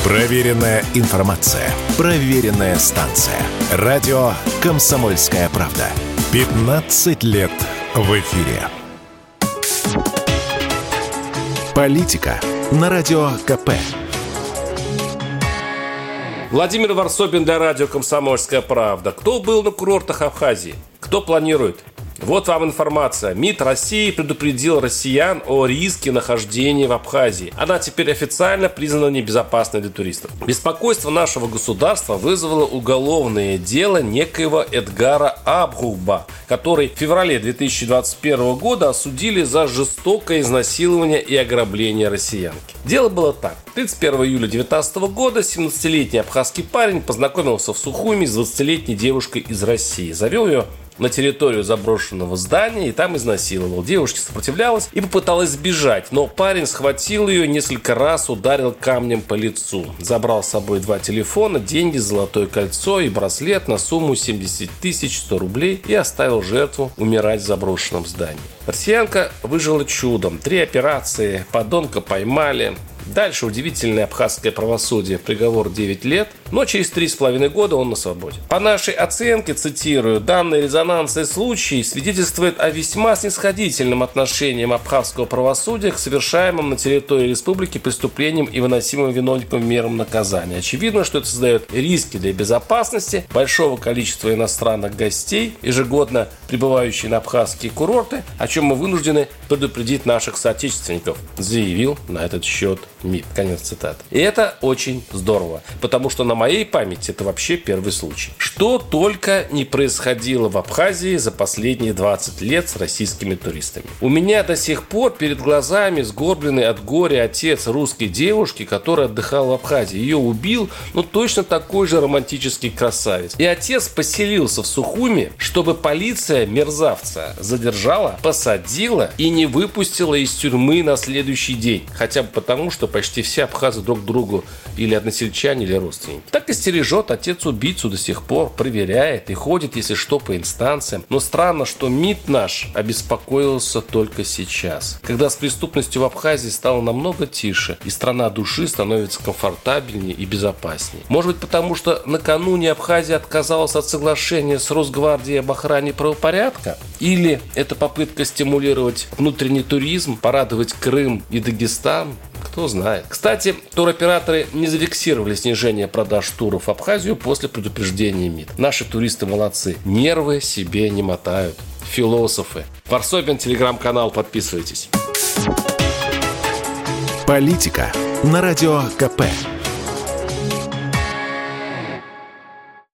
Проверенная информация. Проверенная станция. Радио «Комсомольская правда». 15 лет в эфире. Политика на Радио КП. Владимир Варсобин для радио «Комсомольская правда». Кто был на курортах Абхазии? Кто планирует? Вот вам информация. МИД России предупредил россиян о риске нахождения в Абхазии. Она теперь официально признана небезопасной для туристов. Беспокойство нашего государства вызвало уголовное дело некоего Эдгара Абгуба, который в феврале 2021 года осудили за жестокое изнасилование и ограбление россиянки. Дело было так. 31 июля 2019 года 17-летний абхазский парень познакомился в Сухуми с 20-летней девушкой из России. Завел ее на территорию заброшенного здания и там изнасиловал. Девушка сопротивлялась и попыталась сбежать, но парень схватил ее, несколько раз ударил камнем по лицу. Забрал с собой 2 телефона, деньги, золотое кольцо и браслет на сумму 70 100 рублей и оставил жертву умирать в заброшенном здании. Россиянка выжила чудом. 3 операции, подонка поймали. Дальше удивительное абхазское правосудие. Приговор 9 лет, но через 3,5 года он на свободе. По нашей оценке, цитирую, данный резонансный случай свидетельствует о весьма снисходительном отношении абхазского правосудия к совершаемым на территории республики преступлениям и выносимым виновникам мерам наказания. Очевидно, что это создает риски для безопасности большого количества иностранных гостей, ежегодно прибывающих на абхазские курорты, о чем мы вынуждены предупредить наших соотечественников, заявил на этот счет МИД. Конец цитаты. И это очень здорово, потому что на моей памяти это вообще первый случай. Что только не происходило в Абхазии за последние 20 лет с российскими туристами. У меня до сих пор перед глазами сгорбленный от горя отец русской девушки, которая отдыхала в Абхазии. Ее убил, точно такой же романтический красавец. И отец поселился в Сухуми, чтобы полиция мерзавца задержала, посадила и не выпустила из тюрьмы на следующий день. Хотя бы потому, что почти все абхазы друг другу или односельчане, или родственники. Так и стережет отец убийцу до сих пор, проверяет и ходит, если что, по инстанциям. Но странно, что МИД наш обеспокоился только сейчас, когда с преступностью в Абхазии стало намного тише, и страна души становится комфортабельнее и безопаснее. Может быть, потому что накануне Абхазия отказалась от соглашения с Росгвардией об охране правопорядка? Или это попытка стимулировать внутренний туризм, порадовать Крым и Дагестан? Кто знает. Кстати, туроператоры не зафиксировали снижение продаж туров в Абхазию после предупреждения МИД. Наши туристы молодцы. Нервы себе не мотают. Философы. Варсобин, телеграм-канал, подписывайтесь. Политика на Радио КП.